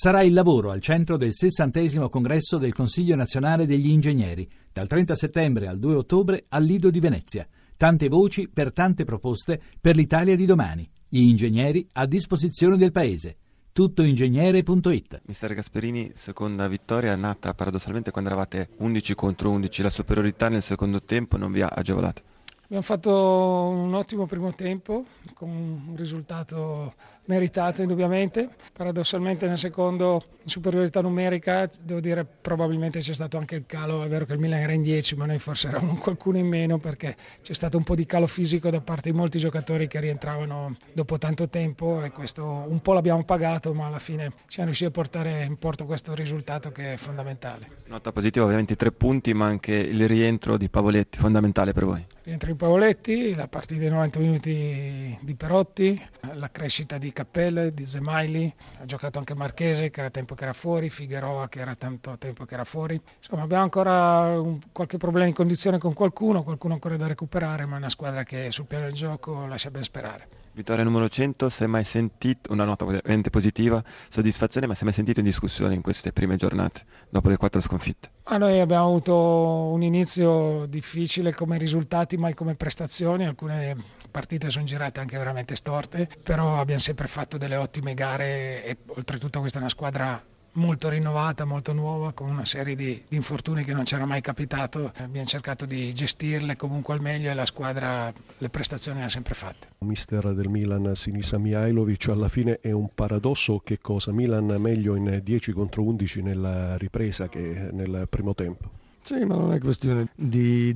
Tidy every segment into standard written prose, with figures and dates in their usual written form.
Sarà il lavoro al centro del 60° congresso del Consiglio Nazionale degli Ingegneri, dal 30 settembre al 2 ottobre al Lido di Venezia. Tante voci per tante proposte per l'Italia di domani. Gli ingegneri a disposizione del Paese. Tuttoingegnere.it. Mister Gasperini, seconda vittoria nata paradossalmente quando eravate 11 contro 11. La superiorità nel secondo tempo non vi ha agevolato? Abbiamo fatto un ottimo primo tempo con un risultato meritato indubbiamente. Paradossalmente nel secondo, in superiorità numerica, devo dire probabilmente c'è stato anche il calo. È vero che il Milan era in 10, ma noi forse eravamo qualcuno in meno, perché c'è stato un po' di calo fisico da parte di molti giocatori che rientravano dopo tanto tempo, e questo un po' l'abbiamo pagato, ma alla fine siamo riusciti a portare in porto questo risultato che è fondamentale. Nota positiva ovviamente i 3 punti, ma anche il rientro di Pavoletti, fondamentale per voi. Rientro di Pavoletti, la partita di 90 minuti di Perotti, la crescita di Cappelle, di Zemaili, ha giocato anche Marchese che era tempo che era fuori, Figueroa che era tanto tempo che era fuori. Insomma, abbiamo ancora qualche problema in condizione con qualcuno ancora da recuperare, ma è una squadra che sul piano del gioco lascia ben sperare. Vittoria numero 100, si è mai sentito, una nota ovviamente positiva, soddisfazione, ma si è mai sentito in discussione in queste prime giornate, dopo le 4 sconfitte? Noi abbiamo avuto un inizio difficile come risultati, mai come prestazioni. Alcune partite sono girate anche veramente storte, però abbiamo sempre fatto delle ottime gare e oltretutto questa è una squadra molto rinnovata, molto nuova, con una serie di infortuni che non c'era mai capitato. Abbiamo cercato di gestirle comunque al meglio e la squadra le prestazioni le ha sempre fatte. Mister del Milan Sinisa Mihajlović, alla fine è un paradosso o che cosa? Milan meglio in 10 contro 11 nella ripresa che nel primo tempo? Sì, ma non è questione di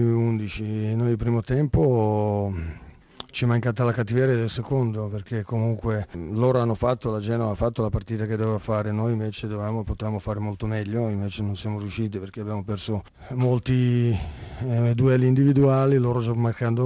10-11. Noi il primo tempo ci è mancata la cattiveria del secondo, perché comunque loro hanno fatto, la Genoa ha fatto la partita che doveva fare, noi invece potevamo fare molto meglio, invece non siamo riusciti perché abbiamo perso molti duelli individuali, loro marcando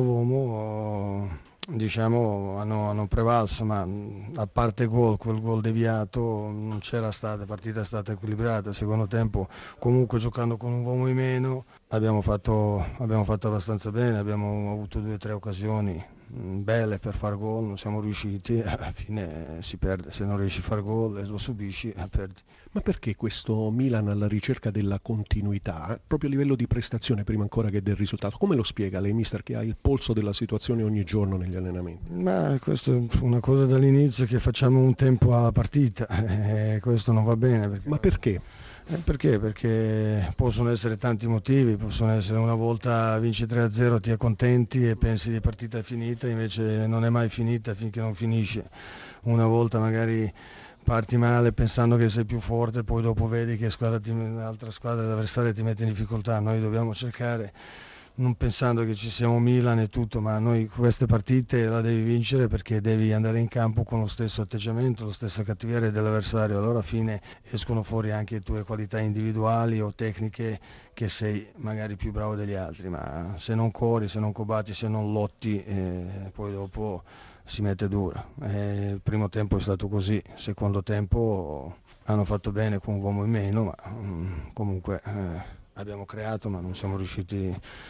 uomo diciamo hanno prevalso, ma a parte quel gol deviato non c'era stata, la partita è stata equilibrata. Il secondo tempo comunque giocando con un uomo in meno abbiamo fatto abbastanza bene, abbiamo avuto 2 o 3 occasioni belle per far gol, non siamo riusciti, alla fine si perde, se non riesci a far gol e lo subisci perdi. Ma perché questo Milan alla ricerca della continuità, proprio a livello di prestazione prima ancora che del risultato? Come lo spiega lei, mister, che ha il polso della situazione ogni giorno negli allenamenti? Ma questo è una cosa dall'inizio, che facciamo un tempo alla partita, questo non va bene. Ma perché? Perché? Perché possono essere tanti motivi, possono essere una volta vinci 3-0 ti accontenti e pensi di partita è finita, invece non è mai finita finché non finisce. Una volta magari parti male pensando che sei più forte, poi dopo vedi che un'altra squadra l'avversaria ti mette in difficoltà. Noi dobbiamo cercare, non pensando che ci siamo Milan e tutto, ma noi queste partite la devi vincere perché devi andare in campo con lo stesso atteggiamento, lo stesso cattiveria dell'avversario, allora alla fine escono fuori anche le tue qualità individuali o tecniche, che sei magari più bravo degli altri, ma se non corri, se non combatti, se non lotti, poi dopo si mette dura. Il primo tempo è stato così, il secondo tempo hanno fatto bene con un uomo in meno, ma comunque abbiamo creato, ma non siamo riusciti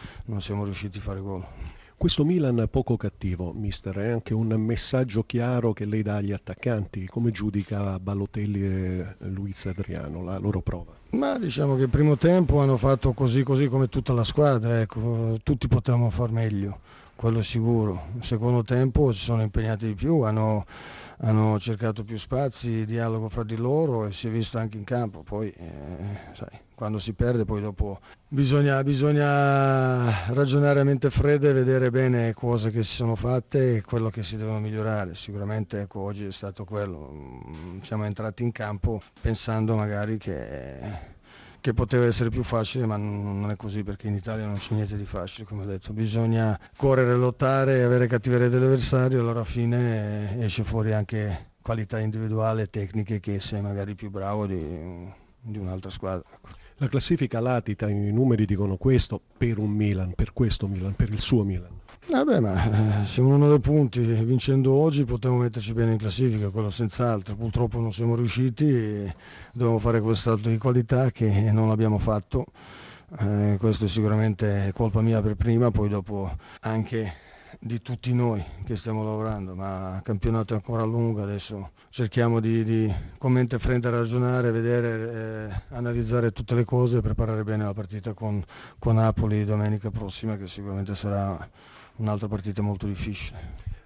a fare gol. Questo Milan poco cattivo, mister, è anche un messaggio chiaro che lei dà agli attaccanti. Come giudica Balotelli e Luiz Adriano la loro prova? Ma diciamo che il primo tempo hanno fatto così come tutta la squadra, ecco, tutti potevamo far meglio, quello è sicuro. Il secondo tempo si sono impegnati di più, hanno cercato più spazi, dialogo fra di loro, e si è visto anche in campo. Poi sai, quando si perde poi dopo bisogna ragionare a mente fredda e vedere bene cose che si sono fatte e quello che si devono migliorare. Sicuramente ecco, oggi è stato quello, siamo entrati in campo pensando magari che poteva essere più facile, ma non è così, perché in Italia non c'è niente di facile, come ho detto. Bisogna correre, lottare e avere cattiveria dell'avversario, allora alla fine esce fuori anche qualità individuale e tecniche, che sei magari più bravo di un'altra squadra. La classifica latita, i numeri dicono questo per un Milan, per questo Milan, per il suo Milan. Vabbè, ma siamo a 9 punti, vincendo oggi potremmo metterci bene in classifica, quello senz'altro. Purtroppo non siamo riusciti e dobbiamo fare quel salto di qualità che non abbiamo fatto. Questo è sicuramente colpa mia per prima, poi dopo anche di tutti noi che stiamo lavorando, ma il campionato è ancora lungo, adesso cerchiamo di con mente fredda ragionare, vedere, analizzare tutte le cose e preparare bene la partita con Napoli domenica prossima, che sicuramente sarà un'altra partita molto difficile.